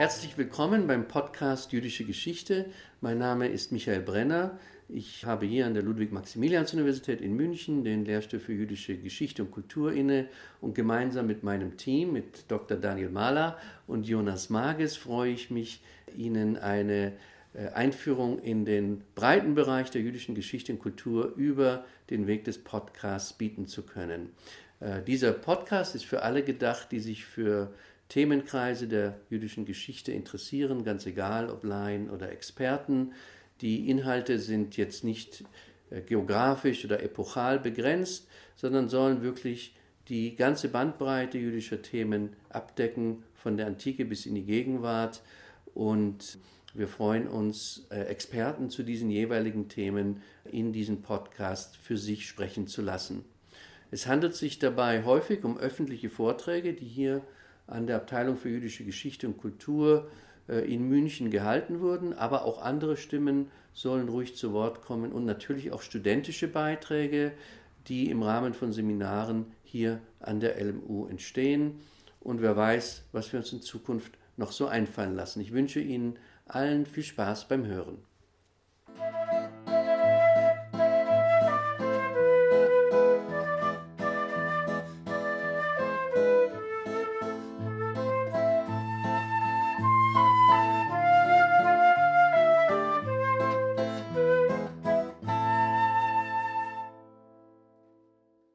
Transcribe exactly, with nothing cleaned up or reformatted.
Herzlich willkommen beim Podcast Jüdische Geschichte. Mein Name ist Michael Brenner. Ich habe hier an der Ludwig-Maximilians-Universität in München den Lehrstuhl für jüdische Geschichte und Kultur inne und gemeinsam mit meinem Team, mit Doktor Daniel Mahler und Jonas Mages, freue ich mich, Ihnen eine Einführung in den breiten Bereich der jüdischen Geschichte und Kultur über den Weg des Podcasts bieten zu können. Dieser Podcast ist für alle gedacht, die sich für Themenkreise der jüdischen Geschichte interessieren, ganz egal ob Laien oder Experten. Die Inhalte sind jetzt nicht geografisch oder epochal begrenzt, sondern sollen wirklich die ganze Bandbreite jüdischer Themen abdecken, von der Antike bis in die Gegenwart. Und wir freuen uns, Experten zu diesen jeweiligen Themen in diesem Podcast für sich sprechen zu lassen. Es handelt sich dabei häufig um öffentliche Vorträge, die hier an der Abteilung für jüdische Geschichte und Kultur in München gehalten wurden, aber auch andere Stimmen sollen ruhig zu Wort kommen und natürlich auch studentische Beiträge, die im Rahmen von Seminaren hier an der L M U entstehen. Und wer weiß, was wir uns in Zukunft noch so einfallen lassen. Ich wünsche Ihnen allen viel Spaß beim Hören.